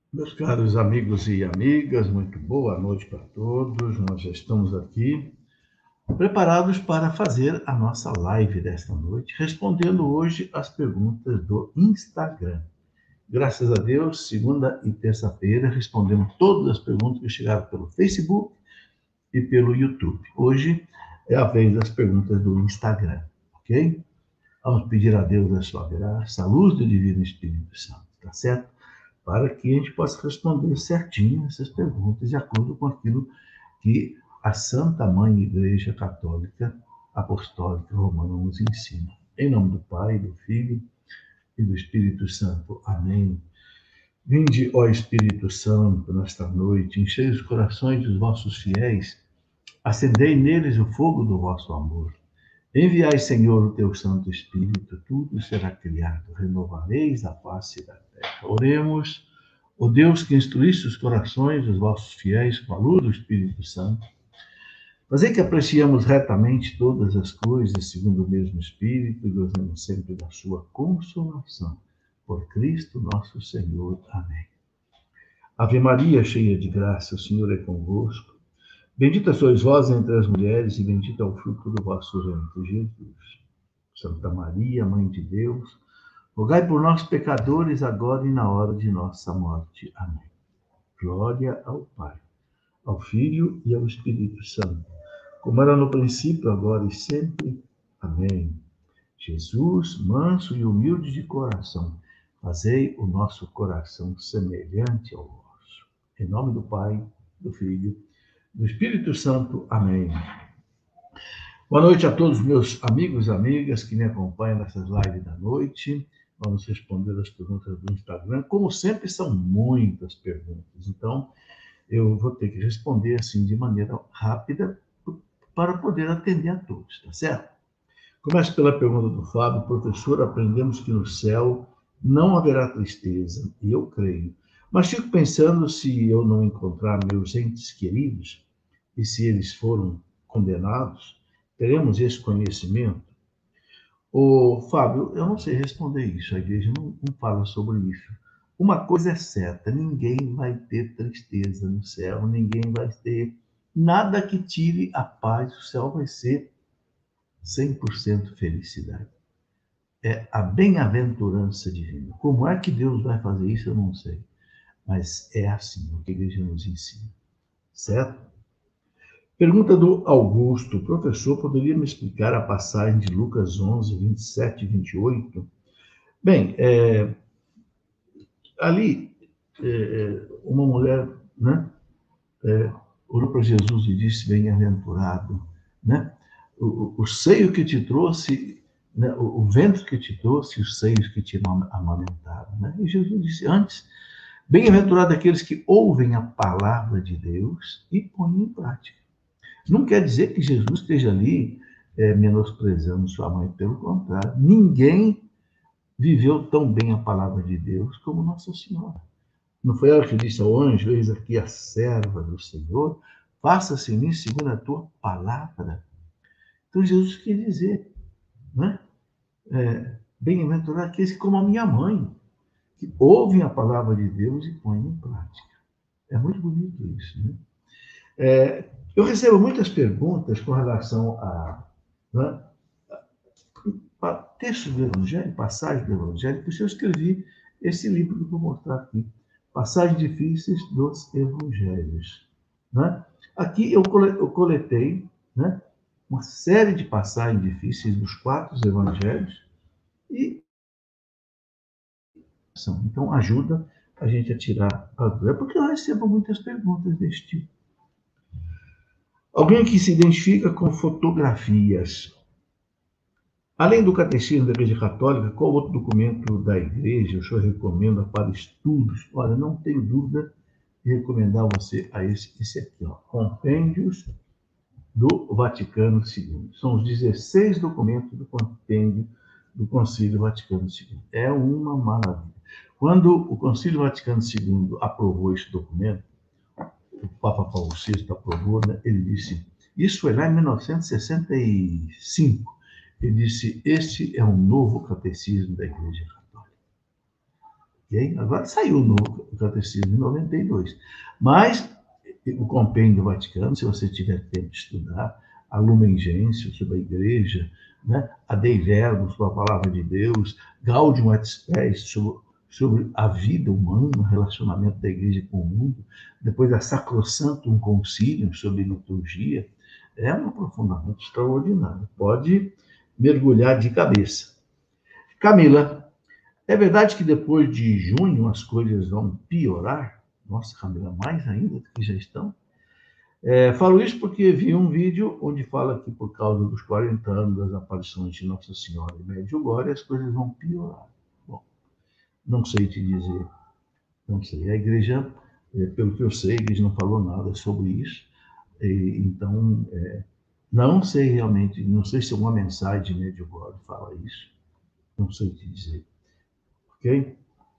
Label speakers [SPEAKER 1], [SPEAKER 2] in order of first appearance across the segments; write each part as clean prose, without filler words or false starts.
[SPEAKER 1] Meus caros amigos e amigas, muito boa noite para todos. Nós já estamos aqui preparados para fazer a nossa live desta noite, respondendo hoje as perguntas do Instagram. Graças a Deus, segunda e terça-feira, respondemos todas as perguntas que chegaram pelo Facebook e pelo YouTube. Hoje é a vez das perguntas do Instagram, ok? Vamos pedir a Deus a sua graça, a luz do Divino Espírito Santo, tá certo? Para que a gente possa responder certinho essas perguntas de acordo com aquilo que a Santa Mãe Igreja Católica Apostólica Romana nos ensina. Em nome do Pai, do Filho e do Espírito Santo. Amém. Vinde, ó Espírito Santo, nesta noite, enchei os corações dos vossos fiéis, acendei neles o fogo do vosso amor. Enviai, Senhor, o teu Santo Espírito, tudo será criado, renovareis a face da terra. Oremos. Ó Deus que instruísse os corações dos vossos fiéis com a luz do Espírito Santo, fazei que apreciemos retamente todas as coisas segundo o mesmo Espírito e gozemos sempre da sua consolação. Por Cristo nosso Senhor. Amém. Ave Maria, cheia de graça, o Senhor é convosco. Bendita sois vós entre as mulheres e bendito é o fruto do vosso ventre, Jesus. Santa Maria, Mãe de Deus, rogai por nós, pecadores, agora e na hora de nossa morte. Amém. Glória ao Pai, ao Filho e ao Espírito Santo, como era no princípio, agora e sempre. Amém. Jesus, manso e humilde de coração, fazei o nosso coração semelhante ao vosso. Em nome do Pai, do Filho, do Espírito Santo. Amém. Boa noite a todos meus amigos e amigas que me acompanham nessas lives da noite. Vamos responder as perguntas do Instagram. Como sempre, são muitas perguntas. Então, eu vou ter que responder assim de maneira rápida para poder atender a todos, tá certo? Começo pela pergunta do Fábio. Professor, aprendemos que no céu não haverá tristeza, e eu creio. Mas fico pensando se eu não encontrar meus entes queridos, e se eles foram condenados, teremos esse conhecimento? Ô, Fábio, eu não sei responder isso, a igreja não fala sobre isso. Uma coisa é certa, ninguém vai ter tristeza no céu, ninguém vai ter nada que tire a paz, o céu vai ser 100% felicidade. É a bem-aventurança divina. Como é que Deus vai fazer isso, eu não sei. Mas é assim, o que a igreja nos ensina. Certo? Pergunta do Augusto. Professor, poderia me explicar a passagem de Lucas 11, 27 e 28? Bem, ali, uma mulher, né, olhou para Jesus e disse, bem-aventurado, né? O seio que te trouxe, né, o ventre que te trouxe, os seios que te amamentaram. Né? E Jesus disse antes, bem-aventurado aqueles que ouvem a palavra de Deus e põem em prática. Não quer dizer que Jesus esteja ali menosprezando sua mãe, pelo contrário. Ninguém viveu tão bem a palavra de Deus como Nossa Senhora. Não foi ela que disse ao anjo, eis aqui a serva do Senhor, faça-se em mim segundo a tua palavra. Então Jesus quer dizer, né? Bem-aventurado aqueles que, como a minha mãe, que ouvem a palavra de Deus e põem em prática. É muito bonito isso, né? Eu recebo muitas perguntas com relação né, a textos do Evangelho, passagens do Evangelho, por isso eu escrevi esse livro que eu vou mostrar aqui, Passagens Difíceis dos Evangelhos. Né? Aqui eu coletei, né, uma série de passagens difíceis dos 4 Evangelhos e então ajuda a gente a tirar a dúvida, porque eu recebo muitas perguntas deste tipo. Alguém que se identifica com fotografias. Além do Catecismo da Igreja Católica, qual outro documento da Igreja o senhor recomenda para estudos? Olha, não tenho dúvida de recomendar você a esse aqui, ó, Compêndios do Vaticano II. São os 16 documentos do compêndio do Concílio Vaticano II. É uma maravilha. Quando o Concílio Vaticano II aprovou esse documento, o Papa Paulo VI aprovou, né, ele disse, isso foi lá em 1965, ele disse, este é um novo catecismo da Igreja Católica. Okay? Agora saiu no Catecismo em 92. Mas o Compêndio Vaticano, se você tiver tempo de estudar, a Lumen Gentium sobre a Igreja, né? A Dei Verbum sobre a Palavra de Deus, Gaudium et Spes sobre a vida humana, o relacionamento da Igreja com o mundo, depois a Sacrosanctum Concilium sobre liturgia, é um aprofundamento extraordinário. Pode mergulhar de cabeça. Camila, é verdade que depois de junho as coisas vão piorar? Nossa, Camila, mais ainda do que já estão? Falo isso porque vi um vídeo onde fala que por causa dos 40 anos das aparições de Nossa Senhora e Medjugorje, as coisas vão piorar. Bom, não sei te dizer, não sei. A igreja, pelo que eu sei, a igreja não falou nada sobre isso, então não sei realmente, não sei se uma mensagem de Medjugorje fala isso, não sei te dizer, ok?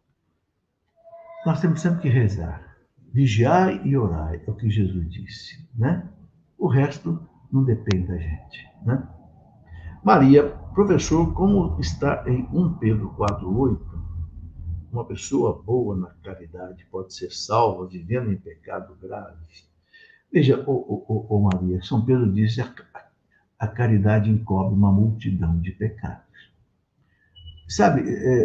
[SPEAKER 1] Nós temos sempre que rezar, vigiar e orar, é o que Jesus disse, né? O resto não depende da gente, né? Maria, professor, como está em 1 Pedro 4,8, uma pessoa boa na caridade pode ser salva vivendo em pecado grave? Veja, Maria, São Pedro diz que a caridade encobre uma multidão de pecados. Sabe,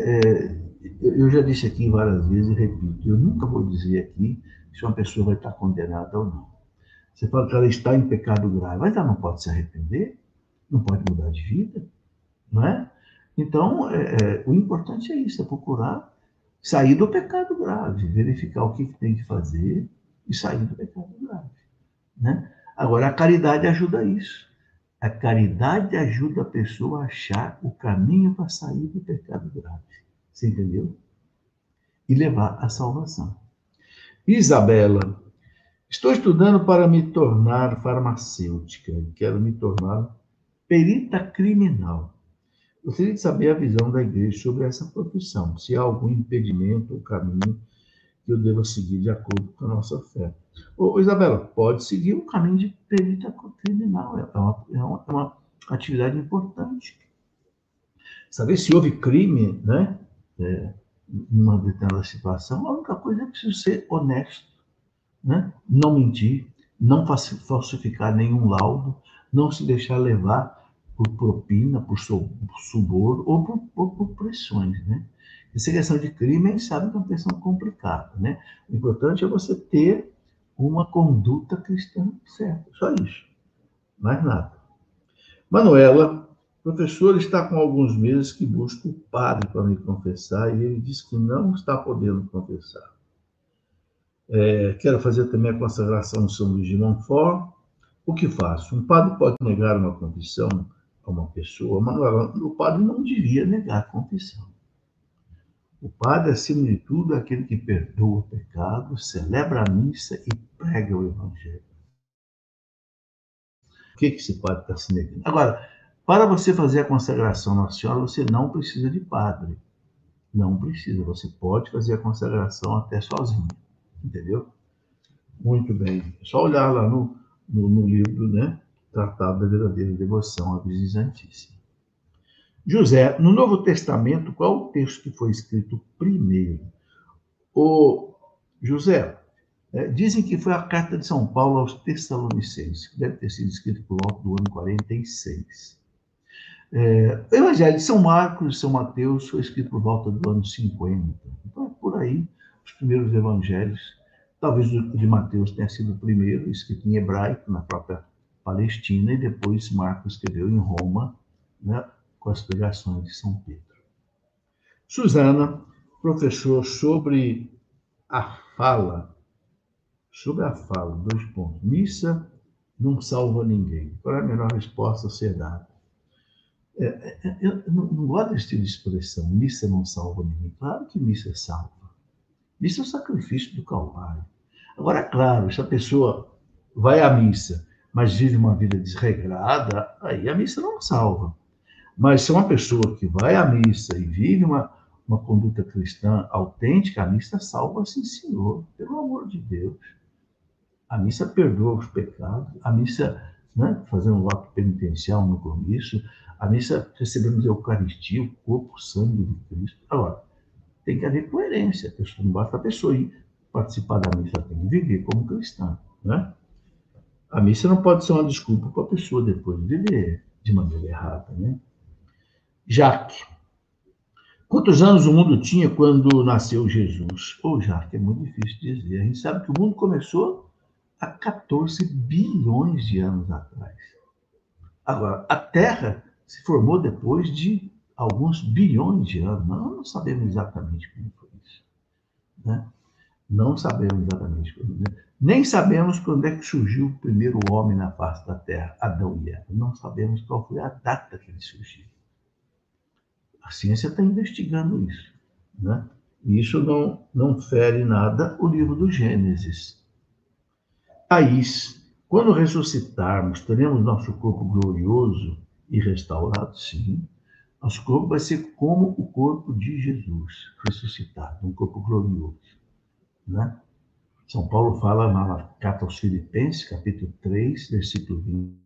[SPEAKER 1] eu já disse aqui várias vezes e repito, eu nunca vou dizer aqui se uma pessoa vai estar condenada ou não. Você fala que ela está em pecado grave, mas ela não pode se arrepender, não pode mudar de vida, não é? Então, o importante é isso, é procurar sair do pecado grave, verificar o que tem que fazer e sair do pecado grave, né? Agora, a caridade ajuda isso. A caridade ajuda a pessoa a achar o caminho para sair do pecado grave. Você entendeu? E levar à salvação. Isabela, estou estudando para me tornar farmacêutica. Quero me tornar perita criminal. Gostaria de saber a visão da igreja sobre essa profissão. Se há algum impedimento ou caminho que eu deva seguir de acordo com a nossa fé. Isabela, pode seguir o caminho de perita criminal. É uma atividade importante. Saber se houve crime, né? Numa determinada situação, a única coisa é preciso ser honesto, né? Não mentir, não falsificar nenhum laudo, não se deixar levar por propina, por suborno ou por pressões, né? Essa questão de crime, a gente sabe que é uma questão complicada, né? O importante é você ter uma conduta cristã certa, só isso, mais nada. Manuela, professor está com alguns meses que busca o padre para me confessar e ele diz que não está podendo confessar. Quero fazer também a consagração de São Luís de Montfort. O que faço? Um padre pode negar uma confissão a uma pessoa? Manuela, o padre não devia negar a confissão. O padre, acima de tudo, é aquele que perdoa o pecado, celebra a missa e prega o evangelho. O que esse padre está se negando? Agora, para você fazer a consagração Nossa Senhora, você não precisa de padre. Não precisa. Você pode fazer a consagração até sozinho. Entendeu? Muito bem. É só olhar lá no livro, né? Tratado da Verdadeira Devoção à Virgem Santíssima. José, no Novo Testamento, qual o texto que foi escrito primeiro? José, dizem que foi a carta de São Paulo aos Tessalonicenses, que deve ter sido escrita por volta do ano 46. O Evangelho de São Marcos e São Mateus foi escrito por volta do ano 50. Então, por aí, os primeiros evangelhos, talvez o de Mateus tenha sido o primeiro, escrito em hebraico, na própria Palestina, e depois Marcos escreveu em Roma, né, com as pregações de São Pedro. Suzana, professor, sobre a fala, 2 pontos. Missa não salva ninguém. Qual é a melhor resposta a ser dada? Eu não gosto desse tipo de expressão, missa não salva ninguém. Claro que missa salva. Missa é o sacrifício do Calvário. Agora, claro, se a pessoa vai à missa, mas vive uma vida desregrada, aí a missa não salva. Mas se é uma pessoa que vai à missa e vive uma conduta cristã autêntica, a missa salva, sim, Senhor, pelo amor de Deus. A missa perdoa os pecados, a missa, né, fazendo um ato penitencial no começo, a missa recebemos a Eucaristia, o corpo, o sangue de Cristo. Agora, tem que haver coerência. A pessoa, não basta a pessoa ir participar da missa, ela tem que viver como cristã, né? A missa não pode ser uma desculpa para a pessoa depois viver de maneira errada, né? Jaque. Quantos anos o mundo tinha quando nasceu Jesus? Jaque, é muito difícil dizer. A gente sabe que o mundo começou há 14 bilhões de anos atrás. Agora, a Terra se formou depois de alguns bilhões de anos. Nós não sabemos exatamente como foi isso, né? Não sabemos exatamente como. Nem sabemos quando é que surgiu o primeiro homem na face da Terra, Adão e Eva. Não sabemos qual foi a data que ele surgiu. A ciência está investigando isso, né? E isso não fere nada o livro do Gênesis. Thaís, quando ressuscitarmos, teremos nosso corpo glorioso e restaurado? Sim. Nosso corpo vai ser como o corpo de Jesus, ressuscitado, um corpo glorioso, né? São Paulo fala na carta aos Filipenses, capítulo 3, versículo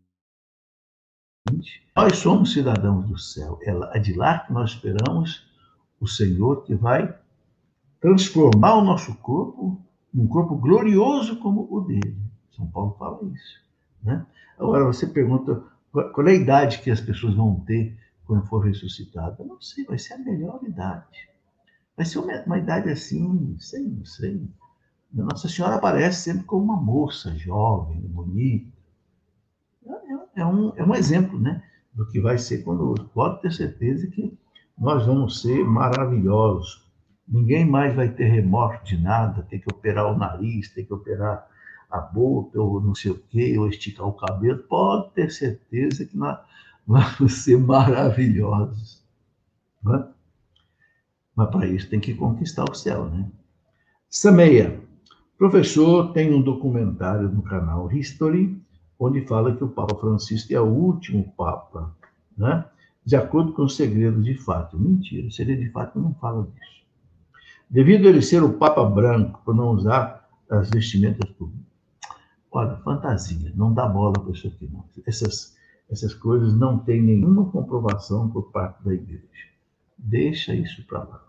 [SPEAKER 1] 20. Nós somos cidadãos do céu. É de lá que nós esperamos o Senhor, que vai transformar o nosso corpo num corpo glorioso como o dele. São Paulo fala isso, né? Agora você pergunta qual é a idade que as pessoas vão ter quando for ressuscitado. Eu não sei, vai ser a melhor idade. Vai ser uma idade assim, não sei. Nossa Senhora aparece sempre como uma moça jovem, bonita. É um exemplo, né, do que vai ser quando. Pode ter certeza que nós vamos ser maravilhosos. Ninguém mais vai ter remorso de nada, ter que operar o nariz, ter que operar a boca, ou não sei o quê, ou esticar o cabelo. Pode ter certeza que nós vamos ser maravilhosos, né? Mas para isso tem que conquistar o céu, né? Sameia. Professor, tem um documentário no canal History, onde fala que o Papa Francisco é o último Papa, né? De acordo com os segredos de Fátima. Mentira, o segredo de Fátima não fala disso. Devido a ele ser o Papa branco, por não usar as vestimentas públicas. Olha, fantasia, não dá bola para isso aqui, não. Essas coisas não têm nenhuma comprovação por parte da igreja. Deixa isso para lá.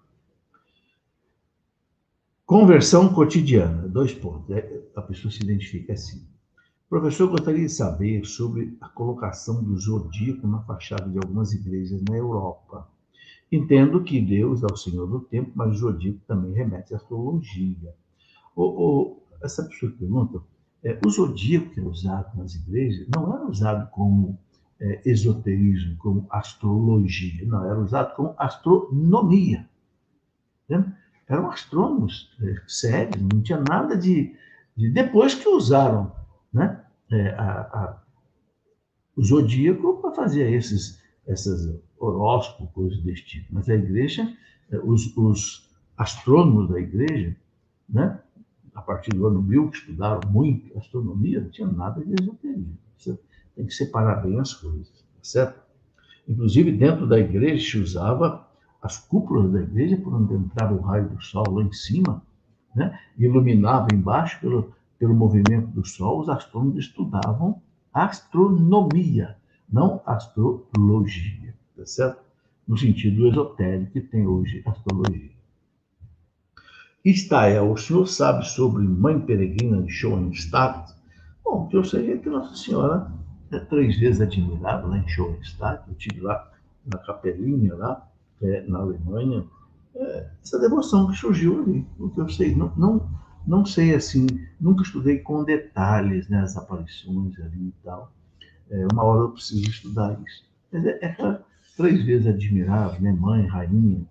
[SPEAKER 1] Conversão cotidiana, 2 pontos. A pessoa se identifica assim. Professor, gostaria de saber sobre a colocação do zodíaco na fachada de algumas igrejas na Europa. Entendo que Deus é o Senhor do tempo, mas o zodíaco também remete à astrologia. Essa pessoa pergunta, o zodíaco que é usado nas igrejas não era usado como esoterismo, como astrologia, não, era usado como astronomia. Né? Eram astrônomos sérios, não tinha nada de depois que usaram, né, o zodíaco para fazer esses horóscopos, coisas desse tipo. Mas a igreja, os astrônomos da igreja, né, a partir do ano 1000, que estudaram muito astronomia, não tinha nada de esoterismo. Você tem que separar bem as coisas, certo? Inclusive, dentro da igreja se usava as cúpulas da igreja, por onde entrava o raio do sol lá em cima, né? Iluminava embaixo pelo movimento do sol. Os astrônomos estudavam astronomia, não astrologia, tá certo? No sentido esotérico que tem hoje astrologia. Istael, o senhor sabe sobre Mãe Peregrina de Schoenstatt? Bom, o que eu sei é que Nossa Senhora é 3 vezes admirada lá em Schoenstatt. Eu estive lá na capelinha, lá na Alemanha. Essa devoção que surgiu ali, o que eu sei, não sei assim, nunca estudei com detalhes, né, as aparições ali e tal. Uma hora eu preciso estudar isso. Mas é 3 vezes admirável, né, mãe, rainha,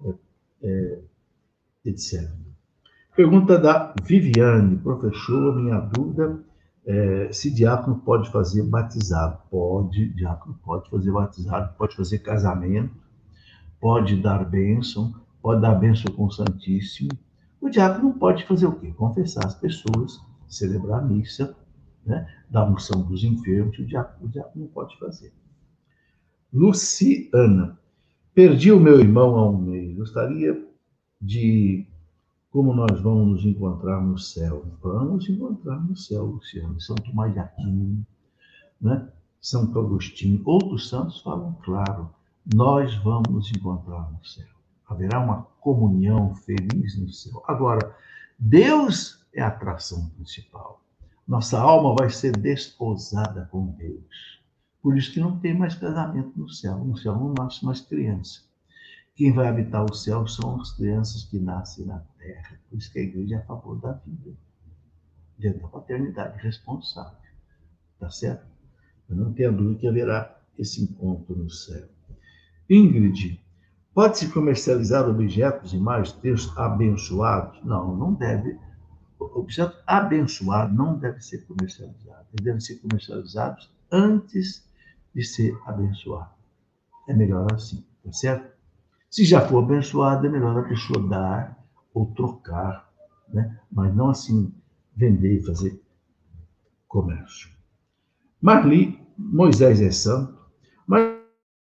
[SPEAKER 1] etc. Pergunta da Viviane, professor, minha dúvida se diácono pode fazer batizado. Pode, diácono pode fazer batizado, pode fazer casamento, pode dar bênção, pode dar bênção com o Santíssimo. O diácono pode fazer o quê? Confessar as pessoas, celebrar a missa, né? Dar unção dos enfermos, o diácono não pode fazer. Luciana, perdi o meu irmão há um mês, gostaria de como nós vamos nos encontrar no céu. Vamos encontrar no céu, Luciano. São Tomás de Aquino, né? Santo Agostinho, outros santos falam claro, nós vamos nos encontrar no céu. Haverá uma comunhão feliz no céu. Agora, Deus é a atração principal. Nossa alma vai ser desposada com Deus. Por isso que não tem mais casamento no céu. No céu não nasce mais criança. Quem vai habitar o céu são as crianças que nascem na terra. Por isso que a igreja é a favor da vida, dentro da paternidade responsável. Tá certo? Eu não tenho dúvida que haverá esse encontro no céu. Ingrid, pode-se comercializar objetos, imagens, textos abençoados? Não, não deve. Objeto abençoado não deve ser comercializado. Eles devem ser comercializados antes de ser abençoado. É melhor assim, tá certo? Se já for abençoado, é melhor a pessoa dar ou trocar, né? Mas não assim vender e fazer comércio. Marli, Moisés é santo, mas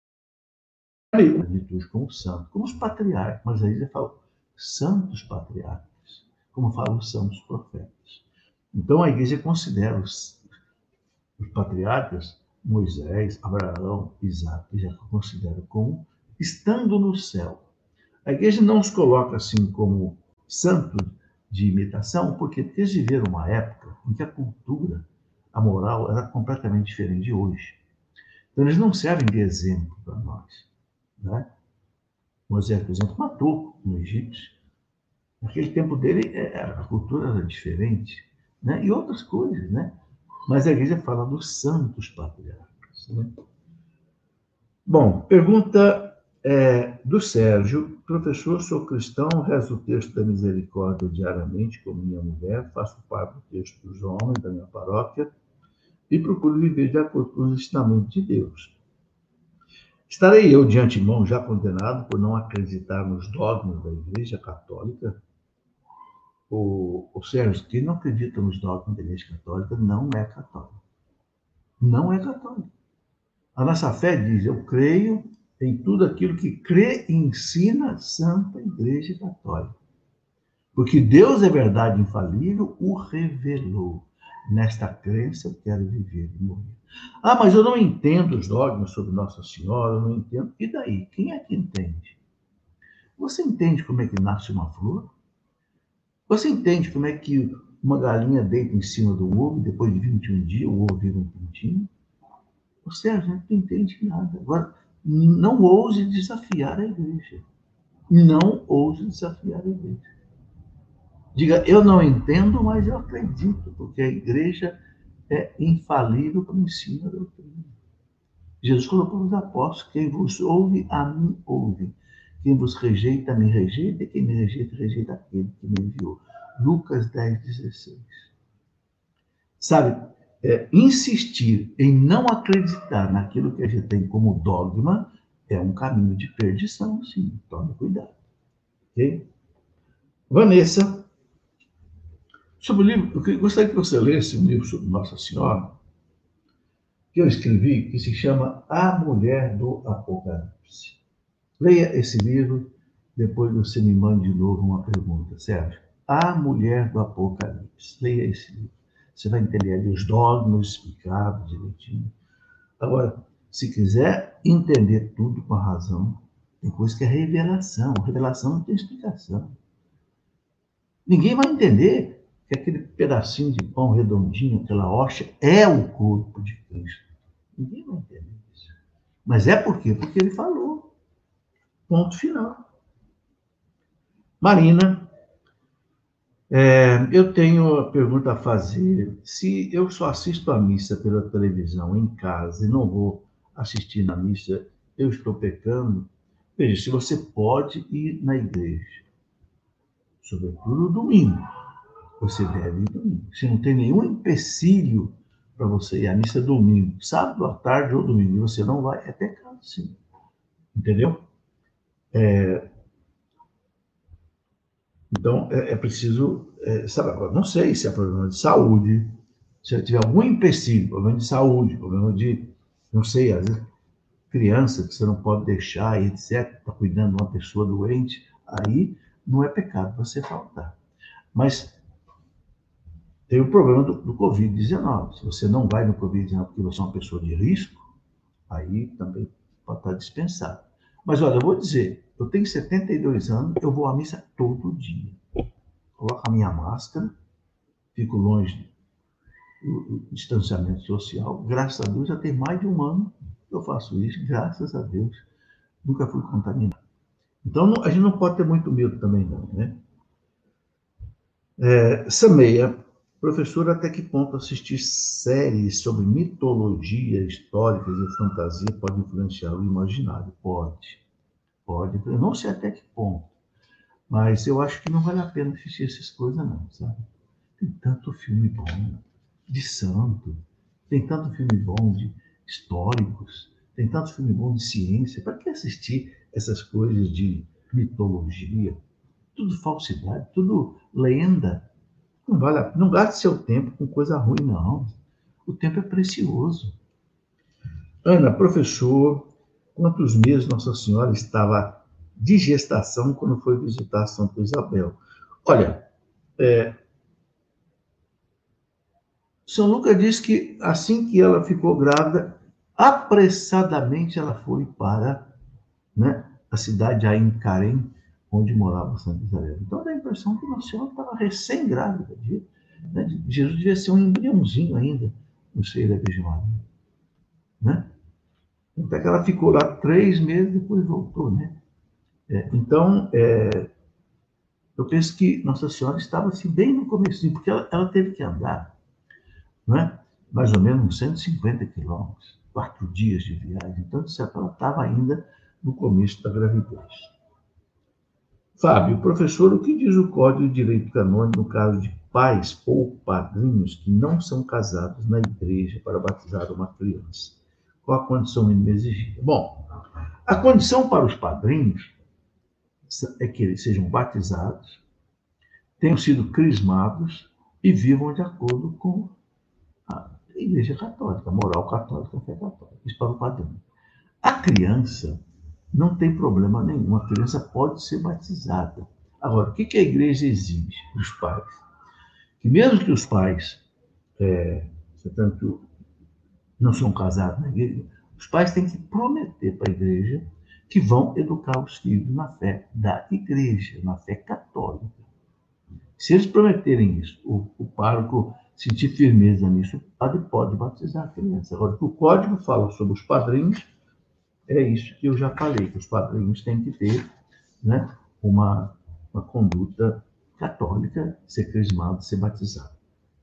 [SPEAKER 1] liturgia como santo, como os patriarcas, mas aí ele fala santos patriarcas, como falam os santos profetas. Então a igreja considera os patriarcas, Moisés, Abraão, Isaac, já considera como estando no céu. A igreja não os coloca assim como santos de imitação, porque eles viveram uma época em que a cultura, a moral era completamente diferente de hoje. Então eles não servem de exemplo para nós, né? Moisés, por exemplo, matou um egípcio. Naquele tempo dele, a cultura era diferente, né? E outras coisas, né? Mas a igreja fala dos santos patriarcas, né? Bom, pergunta do Sérgio. Professor, sou cristão, rezo o texto da misericórdia diariamente com minha mulher, faço parte do texto dos homens da minha paróquia e procuro viver de acordo com os ensinamentos de Deus. Estarei eu, de antemão, já condenado por não acreditar nos dogmas da Igreja Católica? O Sérgio, quem não acredita nos dogmas da Igreja Católica não é católico. Não é católico. A nossa fé diz, eu creio em tudo aquilo que crê e ensina a Santa Igreja Católica. Porque Deus é verdade infalível, o revelou. Nesta crença eu quero viver e morrer. Ah, mas eu não entendo os dogmas sobre Nossa Senhora, eu não entendo. E daí? Quem é que entende? Você entende como é que nasce uma flor? Você entende como é que uma galinha deita em cima do ovo e depois de 21 dias o ovo vira um pintinho? Você, a gente não entende nada. Agora, não ouse desafiar a igreja. Não ouse desafiar a igreja. Diga, eu não entendo, mas eu acredito, porque a igreja é infalível para o ensino da doutrina. Jesus colocou os apóstolos, quem vos ouve, a mim ouve. Quem vos rejeita, a mim rejeita, e quem me rejeita, rejeita aquele que me enviou. Lucas 10:16. Sabe, insistir em não acreditar naquilo que a gente tem como dogma é um caminho de perdição, sim. Tome cuidado. Ok? Vanessa, sobre o livro, eu gostaria que você lesse um livro sobre Nossa Senhora, que eu escrevi, que se chama A Mulher do Apocalipse. Leia esse livro, depois você me mande de novo uma pergunta, Sérgio. A Mulher do Apocalipse. Leia esse livro. Você vai entender ali os dogmas explicados direitinho. Agora, se quiser entender tudo com a razão, tem coisa que é revelação. Revelação não tem explicação. Ninguém vai entender que aquele pedacinho de pão redondinho, aquela hoxa, é o corpo de Cristo. Ninguém vai entender isso. Mas é por quê? Porque ele falou. Ponto final. Marina, eu tenho uma pergunta a fazer. Se eu só assisto a missa pela televisão em casa e não vou assistir na missa, eu estou pecando? Veja, se você pode ir na igreja, sobretudo no domingo, você deve ir domingo. Se não tem nenhum empecilho para você ir à missa domingo, sábado à tarde ou domingo, e você não vai, é pecado, sim. Entendeu? Então, é preciso, sabe, não sei se é problema de saúde, se tiver algum empecilho, problema de saúde, problema de, não sei, às vezes, criança que você não pode deixar, etc., está cuidando de uma pessoa doente, aí não é pecado você faltar. Mas tem o problema do Covid-19. Se você não vai no Covid-19 porque você é uma pessoa de risco, aí também pode estar dispensado. Mas, olha, eu vou dizer, eu tenho 72 anos, eu vou à missa todo dia. Coloco a minha máscara, fico longe do distanciamento social. Graças a Deus, já tem mais de um ano que eu faço isso, graças a Deus. Nunca fui contaminado. Então, a gente não pode ter muito medo também, não, né? Sameia, professor, até que ponto assistir séries sobre mitologia históricas e fantasia pode influenciar o imaginário? Pode. Eu não sei até que ponto, mas eu acho que não vale a pena assistir essas coisas, não, sabe? Tem tanto filme bom de santo, tem tanto filme bom de históricos, tem tanto filme bom de ciência. Para que assistir essas coisas de mitologia? Tudo falsidade, tudo lenda. Não vale a pena. Não gaste seu tempo com coisa ruim, não. O tempo é precioso. Ana, professor, quantos meses Nossa Senhora estava de gestação quando foi visitar Santa Isabel? Olha, São Lucas diz que assim que ela ficou grávida, apressadamente ela foi para, né, a cidade de Ain Carém, onde morava Santa Isabel. Então dá a impressão que Nossa Senhora estava recém-grávida. Né? Jesus devia ser um embriãozinho ainda no seio da Virgem Maria. Né? Até que ela ficou lá 3 meses, depois voltou. Né? Então, eu penso que Nossa Senhora estava assim, bem no começo, porque ela teve que andar, né? Mais ou menos uns 150 quilômetros, 4 dias de viagem. Então, de certo, ela estava ainda no começo da gravidez. Fábio, professor, o que diz o Código de Direito Canônico no caso de pais ou padrinhos que não são casados na igreja para batizar uma criança? Qual a condição mínima exigida? Bom, a condição para os padrinhos é que eles sejam batizados, tenham sido crismados e vivam de acordo com a Igreja Católica, a moral católica, a fé católica. Isso para o padrinho. A criança não tem problema nenhum, a criança pode ser batizada. Agora, o que a igreja exige dos pais? Que mesmo que os pais, portanto, não são casados na igreja, os pais têm que prometer para a igreja que vão educar os filhos na fé da igreja, na fé católica. Se eles prometerem isso, o pároco sentir firmeza nisso, o padre pode batizar a criança. Agora, o que o código fala sobre os padrinhos é isso que eu já falei, que os padrinhos têm que ter, né, uma conduta católica, ser crismado, ser batizado.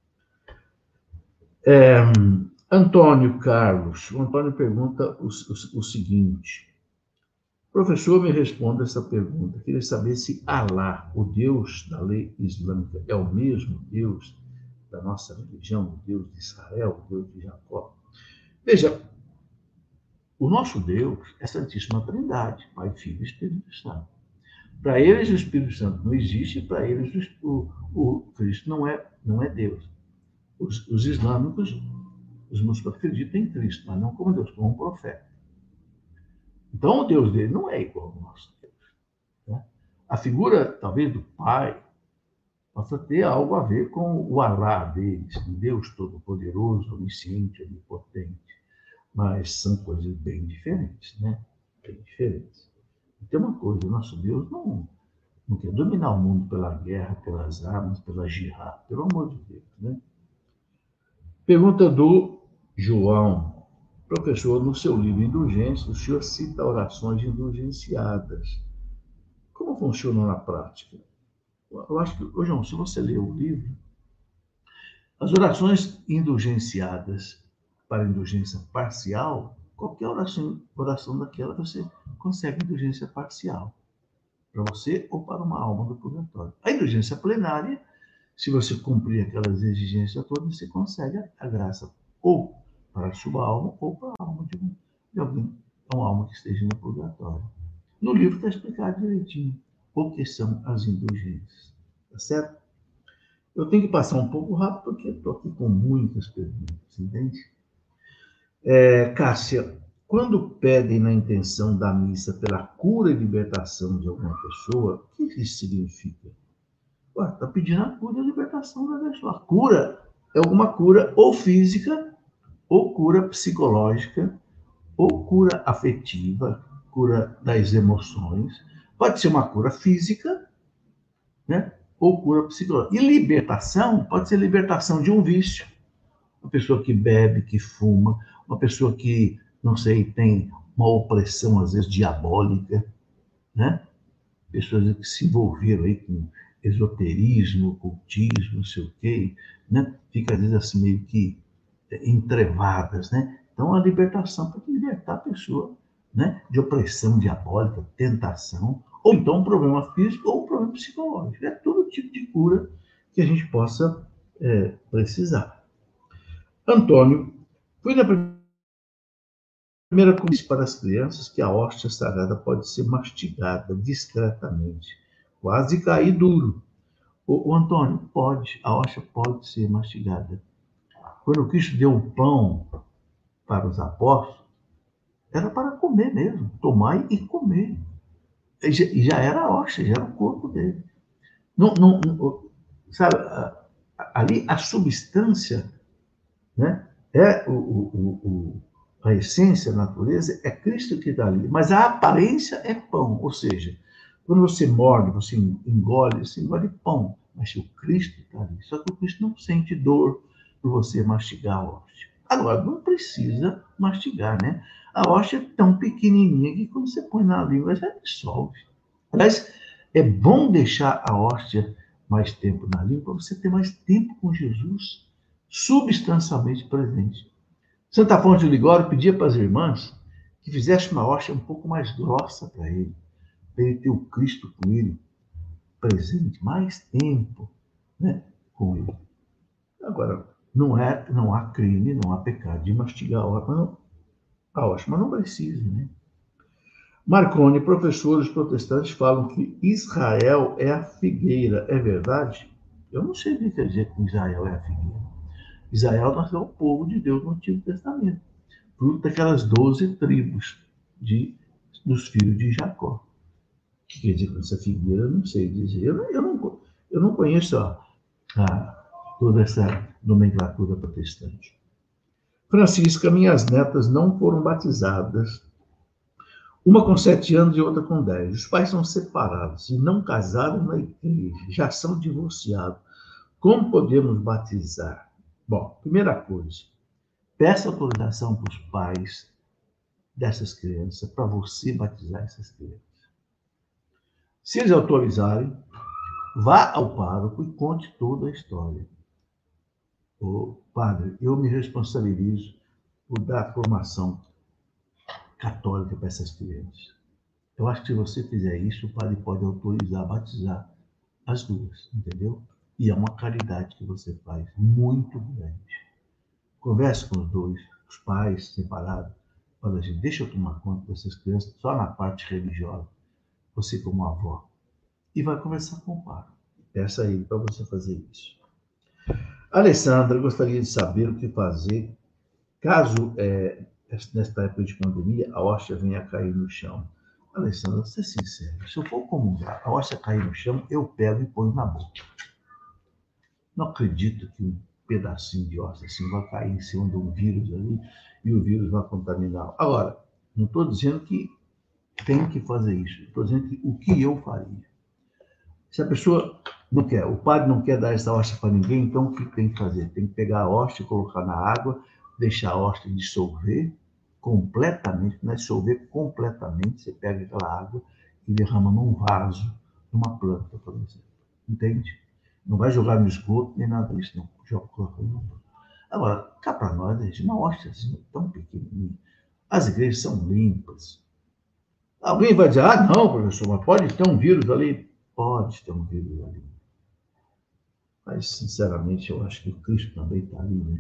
[SPEAKER 1] Antônio Carlos, o Antônio pergunta o seguinte: professor, me responda essa pergunta. Queria saber se Alá, o Deus da lei islâmica, é o mesmo Deus da nossa religião, o Deus de Israel, o Deus de Jacó. Veja, o nosso Deus é a Santíssima Trindade, Pai, Filho e Espírito Santo. Para eles, o Espírito Santo não existe, para eles, o Cristo não é Deus. Os islâmicos, os muçulmanos acreditam em Cristo, mas não como Deus, como um profeta. Então, o Deus dele não é igual ao nosso Deus. Né? A figura, talvez, do Pai possa ter algo a ver com o Alá deles, um Deus todo-poderoso, onisciente, onipotente. Mas são coisas bem diferentes, né? Bem diferentes. E tem uma coisa, o nosso Deus não quer dominar o mundo pela guerra, pelas armas, pela jihad, pelo amor de Deus, né? Pergunta do João. Professor, no seu livro Indulgência, o senhor cita orações indulgenciadas. Como funcionam na prática? Eu acho que, João, se você ler o livro, as orações indulgenciadas para indulgência parcial, qualquer oração daquela você consegue indulgência parcial, para você ou para uma alma do purgatório. A indulgência plenária, se você cumprir aquelas exigências todas, você consegue a graça ou para a sua alma ou para a alma de alguém, uma alma que esteja no purgatório. No livro está explicado direitinho o que são as indulgências. Tá certo? Eu tenho que passar um pouco rápido porque estou aqui com muitas perguntas, entende? Cássia, quando pedem na intenção da missa pela cura e libertação de alguma pessoa, o que isso significa? Está pedindo a cura e a libertação da pessoa. A cura é alguma cura ou física, ou cura psicológica, ou cura afetiva, cura das emoções, pode ser uma cura física, né? Ou cura psicológica. E libertação pode ser libertação de um vício. Uma pessoa que bebe, que fuma, uma pessoa que, não sei, tem uma opressão, às vezes, diabólica, né? Pessoas que se envolveram aí com esoterismo, ocultismo, não sei o quê, né? Fica, às vezes, assim, meio que entrevadas, né? Então, a libertação pode libertar a pessoa, né? De opressão diabólica, tentação, ou então um problema físico ou um problema psicológico. É todo tipo de cura que a gente possa precisar. Antônio, foi na primeira comissão para as crianças que a hóstia sagrada pode ser mastigada discretamente, quase cair duro. O Antônio, pode, a hóstia pode ser mastigada. Quando Cristo deu o pão para os apóstolos, era para comer mesmo, tomar e comer. E já era a hóstia, já era o corpo dele. Sabe, ali a substância, né, é a essência, a natureza, é Cristo que está ali. Mas a aparência é pão, ou seja, quando você morde, você engole pão, mas o Cristo está ali. Só que o Cristo não sente dor por você mastigar a hóstia. Agora, não precisa mastigar, né? A hóstia é tão pequenininha que quando você põe na língua, já dissolve. Aliás, é bom deixar a hóstia mais tempo na língua para você ter mais tempo com Jesus, substancialmente presente. Santa Afonso de Ligório pedia para as irmãs que fizesse uma hóstia um pouco mais grossa para ele ter o Cristo com ele, presente, mais tempo, né, com ele. Agora, não há crime, não há pecado de mastigar a hóstia, mas não precisa, né? Marconi, professores protestantes falam que Israel é a figueira. É verdade? Eu não sei o que quer dizer que Israel é a figueira. Israel nasceu o povo de Deus no Antigo Testamento, fruto daquelas 12 tribos dos filhos de Jacó. O que quer dizer com essa figueira? Eu não sei dizer. Eu não conheço toda essa nomenclatura protestante. Francisca, minhas netas não foram batizadas. Uma com 7 anos e outra com 10. Os pais são separados e não casaram na igreja, já são divorciados. Como podemos batizar? Bom, primeira coisa, peça autorização para os pais dessas crianças para você batizar essas crianças. Se eles autorizarem, vá ao pároco e conte toda a história. Ô, padre, eu me responsabilizo por dar formação católica para essas crianças. Eu acho que se você fizer isso, o padre pode autorizar, batizar as duas, entendeu? E é uma caridade que você faz muito grande. Converse com os dois, os pais separados. Fala assim, deixa eu tomar conta dessas crianças só na parte religiosa, você como avó. E vai conversar com o padre. Peça a ele para você fazer isso. Alessandra, gostaria de saber o que fazer caso, nesta época de pandemia, a hóstia venha a cair no chão. Alessandra, vou ser sincero, se eu for comungar, a hóstia cair no chão, eu pego e ponho na boca. Não acredito que um pedacinho de hóstia assim vai cair em cima de um vírus ali e o vírus vai contaminar. Agora, não estou dizendo que tem que fazer isso, estou dizendo que o que eu faria. Se a pessoa não quer, o padre não quer dar essa hóstia para ninguém, então o que tem que fazer? Tem que pegar a hóstia, colocar na água, deixar a hóstia dissolver completamente, não é dissolver completamente, você pega aquela água e derrama num vaso, numa planta, por exemplo. Entende? Não vai jogar no esgoto, nem nada disso, não. Joga no planta. Agora, cá para nós, gente, uma hóstia assim, tão pequenininha. As igrejas são limpas. Alguém vai dizer, não, professor, mas pode ter um vírus ali. Pode ter um vírus ali. Mas, sinceramente, eu acho que o Cristo também está ali, né?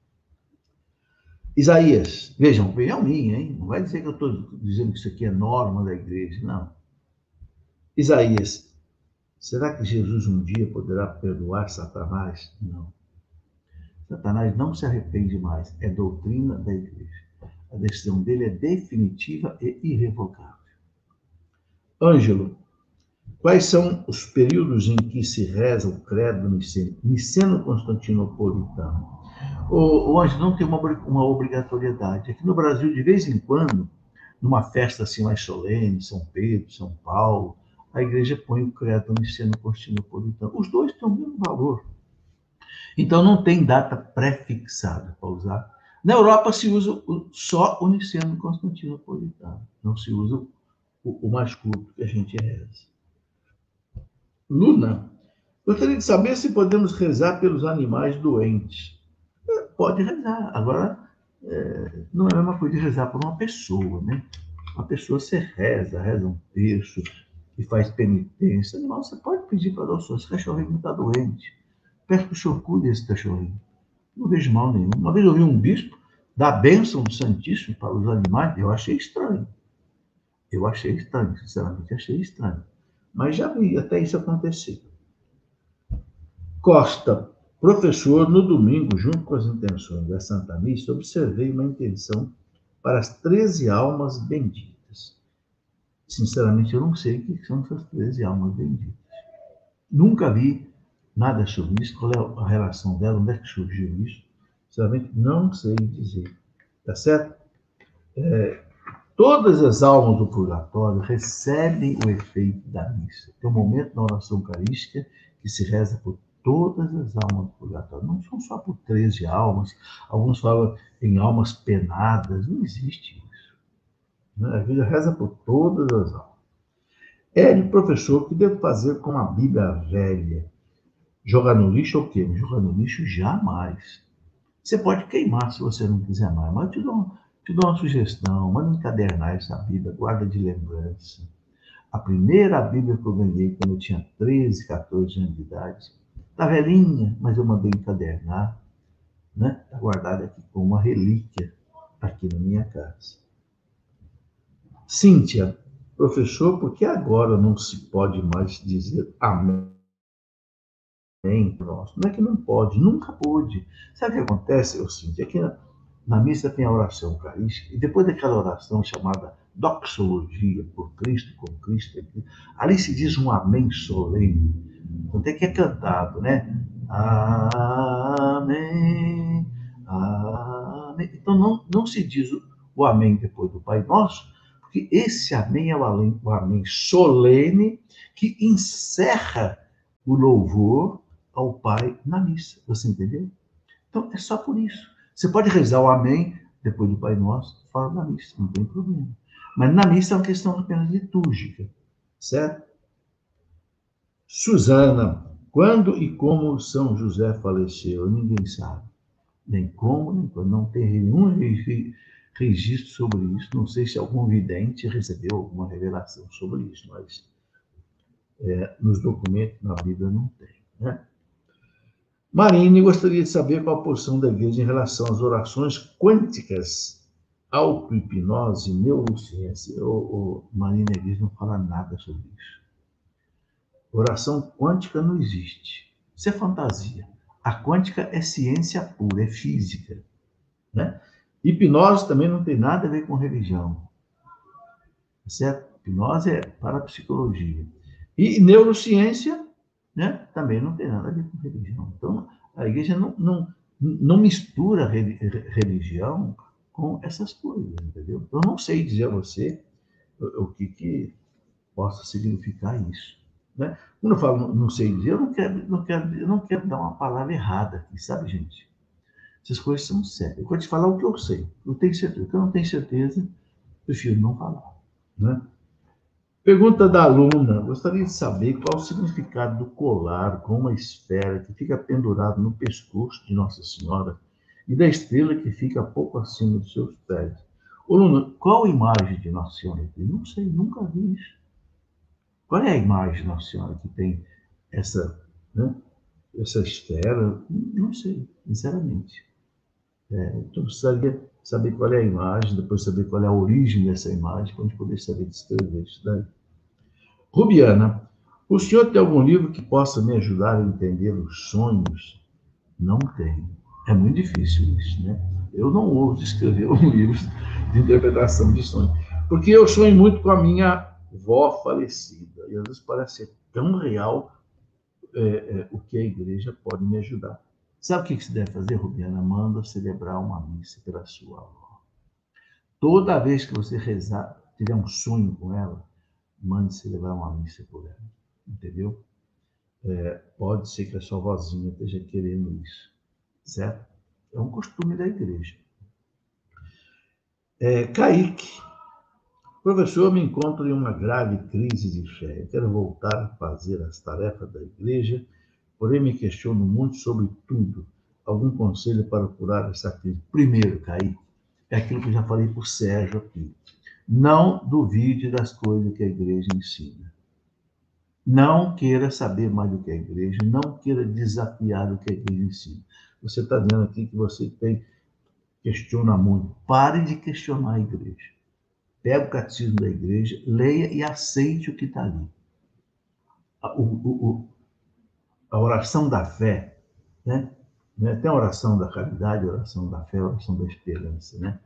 [SPEAKER 1] Isaías, vejam, opinião minha, hein? Não vai dizer que eu estou dizendo que isso aqui é norma da igreja, não. Isaías, será que Jesus um dia poderá perdoar Satanás? Não. Satanás não se arrepende mais, é doutrina da igreja. A decisão dele é definitiva e irrevogável. Ângelo, quais são os períodos em que se reza o credo niceno-constantinopolitano? O Ângelo não tem uma obrigatoriedade. Aqui no Brasil, de vez em quando, numa festa assim mais solene, São Pedro, São Paulo, a igreja põe o credo niceno-constantinopolitano. Os dois têm o mesmo valor. Então, não tem data pré-fixada para usar. Na Europa se usa só o niceno-constantinopolitano, não se usa o mais curto que a gente reza. Luna, gostaria de saber se podemos rezar pelos animais doentes. Pode rezar. Agora, não é a mesma coisa de rezar por uma pessoa, né? Uma pessoa você reza um terço e faz penitência. Animal, você pode pedir para adoção. Esse cachorrinho está doente. Peço para o senhor cuide desse cachorrinho. Não vejo mal nenhum. Uma vez eu vi um bispo dar a bênção do Santíssimo para os animais. Eu achei estranho. Sinceramente, achei estranho. Mas já vi até isso acontecer. Costa, professor, no domingo, junto com as intenções da Santa Missa, observei uma intenção para as 13 almas benditas. Sinceramente, eu não sei o que são essas 13 almas benditas. Nunca vi nada sobre isso, qual é a relação dela, onde é que surgiu isso. Sinceramente, não sei dizer. Tá certo? Todas as almas do purgatório recebem o efeito da missa. Tem um momento na oração eucarística que se reza por todas as almas do purgatório. Não são só por 13 almas. Alguns falam em almas penadas. Não existe isso. A Bíblia reza por todas as almas. Hélio, professor, o que devo fazer com a Bíblia velha? Jogar no lixo ou o quê? Jogar no lixo jamais. Você pode queimar se você não quiser mais, mas eu te dou uma sugestão, manda encadernar essa Bíblia, guarda de lembrança. A primeira Bíblia que eu ganhei quando eu tinha 13, 14 anos de idade, está velhinha, mas eu mandei encadernar, né? Está guardada aqui como uma relíquia aqui na minha casa. Cíntia, professor, por que agora não se pode mais dizer amém? Nossa, não é que não pode, nunca pôde. Sabe o que acontece, Cíntia? Aqui na missa tem a oração eucarística, e depois daquela oração chamada doxologia, por Cristo, com Cristo, ali se diz um amém solene. Então tem que é cantado, né? Amém, amém. Então não se diz o amém depois do Pai Nosso, porque esse amém é o amém solene que encerra o louvor ao Pai na missa. Você entendeu? Então, é só por isso. Você pode rezar o amém depois do Pai Nosso, fora da missa, não tem problema. Mas na missa é uma questão apenas litúrgica, certo? Susana, quando e como São José faleceu? Ninguém sabe. Nem como, nem quando. Não tem nenhum registro sobre isso. Não sei se algum vidente recebeu alguma revelação sobre isso, mas nos documentos, na Bíblia, não tem, né? Marine gostaria de saber qual a posição da igreja em relação às orações quânticas, auto-hipnose, neurociência. Marine, a igreja não fala nada sobre isso. Oração quântica não existe. Isso é fantasia. A quântica é ciência pura, é física, né? Hipnose também não tem nada a ver com religião. Certo? Hipnose é parapsicologia. E neurociência, né, também não tem nada a ver com religião. Então, a igreja não mistura religião com essas coisas, entendeu? Eu não sei dizer a você o que possa significar isso, né? Quando eu falo não sei dizer, eu não quero dar uma palavra errada aqui, sabe, gente? Essas coisas são sérias. Eu vou te falar o que eu sei. Eu tenho certeza. O que eu não tenho certeza, prefiro não falar, né? Pergunta da aluna: gostaria de saber qual o significado do colar com uma esfera que fica pendurado no pescoço de Nossa Senhora e da estrela que fica pouco acima dos seus pés. Ô, Luna, qual a imagem de Nossa Senhora? Não sei, nunca vi isso. Qual é a imagem de Nossa Senhora que tem essa, né, essa esfera? Não sei, sinceramente. Então, precisaria saber qual é a imagem, depois saber qual é a origem dessa imagem, para a gente poder saber descrever isso daí. Rubiana, o senhor tem algum livro que possa me ajudar a entender os sonhos? Não tenho. É muito difícil isso, né? Eu não ouso escrever um livro de interpretação de sonhos, porque eu sonho muito com a minha avó falecida, e às vezes parece ser tão real o que a igreja pode me ajudar. Sabe o que você deve fazer, Rubiana? Manda celebrar uma missa pela sua avó. Toda vez que você rezar, tiver um sonho com ela, mande celebrar uma missa por ela. Entendeu? Pode ser que a sua vozinha esteja querendo isso. Certo? É um costume da igreja. Kaique. Professor, me encontro em uma grave crise de fé. Eu quero voltar a fazer as tarefas da igreja, porém me questiono muito sobre tudo. Algum conselho para curar essa crise? Primeiro, Kaique, é aquilo que eu já falei para o Sérgio aqui. Não duvide das coisas que a igreja ensina. Não queira saber mais do que a igreja, não queira desafiar o que a igreja ensina. Você está vendo aqui que você questiona muito. Pare de questionar a igreja. Pega o catecismo da igreja, leia e aceite o que está ali. A oração da fé, né? Tem a oração da caridade, a oração da fé, a oração da esperança, né?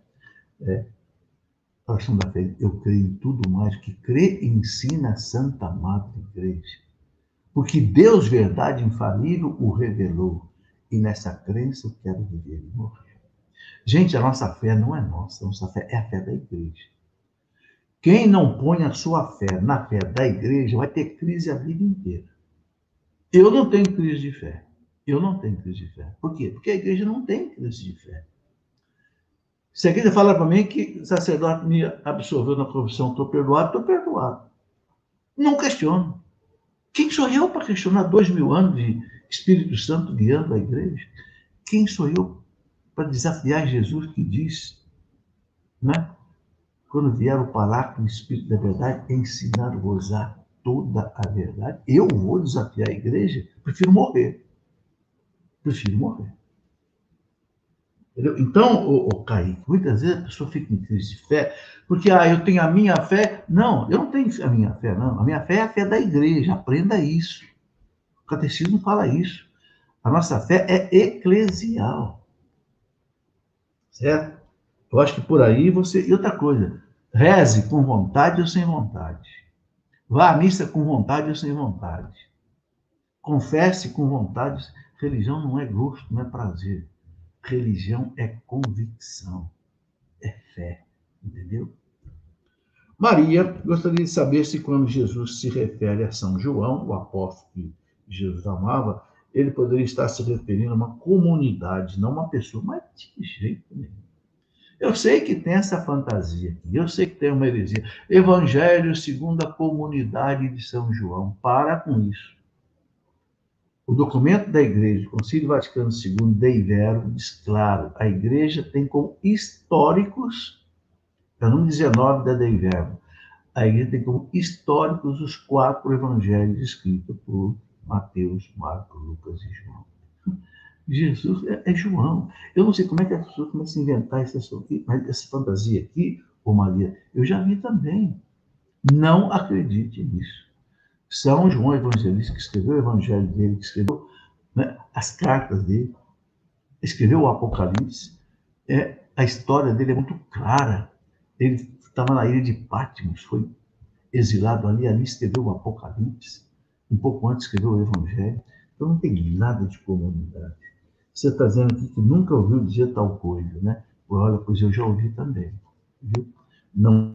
[SPEAKER 1] A oração da fé, eu creio em tudo mais que crê e ensina a Santa Madre Igreja. Porque Deus, verdade infalível, o revelou. E nessa crença eu quero viver e morrer. Gente, a nossa fé não é nossa, a nossa fé é a fé da igreja. Quem não põe a sua fé na fé da igreja vai ter crise a vida inteira. Eu não tenho crise de fé. Eu não tenho crise de fé. Por quê? Porque a igreja não tem crise de fé. Se a igreja falar para mim que o sacerdote me absolveu na confissão, estou perdoado, estou perdoado. Não questiono. Quem sou eu para questionar 2000 anos de Espírito Santo guiando a igreja? Quem sou eu para desafiar Jesus que diz, né? Quando vier o Paráclito, o Espírito da Verdade, ensinar-vos a toda a verdade. Eu vou desafiar a igreja? Prefiro morrer. Prefiro morrer. Entendeu? Então, Kaique, muitas vezes a pessoa fica em crise de fé, porque eu tenho a minha fé. Não, eu não tenho a minha fé, não. A minha fé é a fé da igreja. Aprenda isso. O catecismo fala isso. A nossa fé é eclesial. Certo? Eu acho que por aí você. E outra coisa, reze com vontade ou sem vontade. Vá à missa com vontade ou sem vontade. Confesse com vontade. Religião não é gosto, não é prazer. Religião é convicção, é fé. Entendeu? Maria gostaria de saber se quando Jesus se refere a São João, o apóstolo que Jesus amava, ele poderia estar se referindo a uma comunidade, não uma pessoa, mas de jeito nenhum. Eu sei que tem essa fantasia aqui, eu sei que tem uma heresia. Evangelho segundo a comunidade de São João. Para com isso. O documento da Igreja, o Concílio Vaticano II, Dei Verbum, diz claro, a Igreja tem como históricos, é o número 19 da Dei Verbum, a Igreja tem como históricos os 4 evangelhos escritos por Mateus, Marcos, Lucas e João. Jesus é João. Eu não sei como é que as pessoas começam a inventar essa fantasia aqui, ô Maria. Eu já vi também. Não acredite nisso. São João Evangelista, que escreveu o evangelho dele, que escreveu, né, as cartas dele, escreveu o Apocalipse. A história dele é muito clara. Ele estava na ilha de Patmos, foi exilado ali escreveu o Apocalipse. Um pouco antes escreveu o Evangelho. Então não tem nada de comunidade. Você está dizendo aqui que nunca ouviu dizer tal coisa, né? Olha, pois eu já ouvi também. Viu? Não.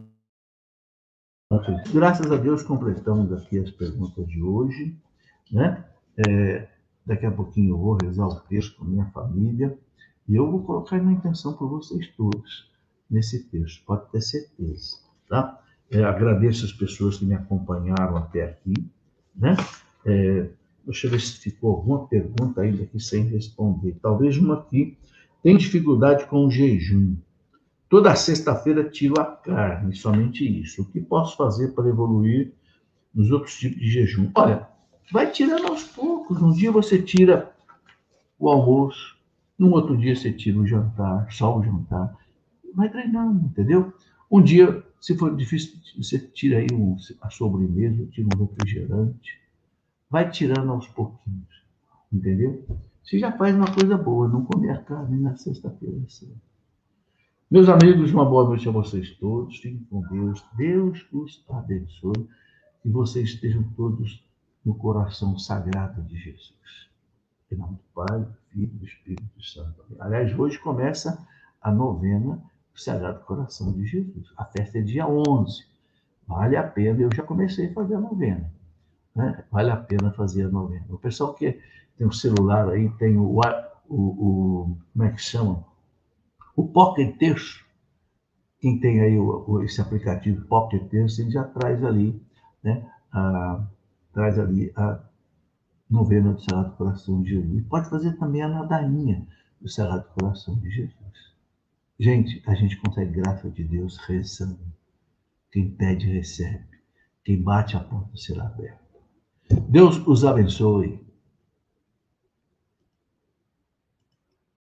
[SPEAKER 1] Graças a Deus completamos aqui as perguntas de hoje, né? Daqui a pouquinho eu vou rezar o texto com a minha família e eu vou colocar minha intenção para vocês todos nesse texto, pode ter certeza, tá? Agradeço as pessoas que me acompanharam até aqui, né? Deixa eu ver se ficou alguma pergunta ainda aqui sem responder. Talvez uma aqui. Tem dificuldade com o jejum. Toda sexta-feira tiro a carne, somente isso. O que posso fazer para evoluir nos outros tipos de jejum? Olha, vai tirando aos poucos. Um dia você tira o almoço, num outro dia você tira o jantar, só o jantar. Vai treinando, entendeu? Um dia, se for difícil, você tira aí a sobremesa, tira um refrigerante. Vai tirando aos pouquinhos, entendeu? Você já faz uma coisa boa, não comer a carne na sexta-feira. Meus amigos, uma boa noite a vocês todos. Fiquem com Deus. Deus os abençoe. E vocês estejam todos no coração sagrado de Jesus. Em nome do Pai, do Filho e do Espírito Santo. Aliás, hoje começa a novena do Sagrado Coração de Jesus. A festa é dia 11. Vale a pena, eu já comecei a fazer a novena. Né? Vale a pena fazer a novena. O pessoal que tem um celular aí, tem como é que chama? O Pocket Terço. Quem tem aí esse aplicativo Pocket Terço, ele já traz ali, né? Traz ali a novena do Sagrado Coração de Jesus. Pode fazer também a ladainha do Sagrado Coração de Jesus. Gente, a gente consegue graça de Deus rezando. Quem pede, recebe. Quem bate, a porta será aberta. Deus os abençoe.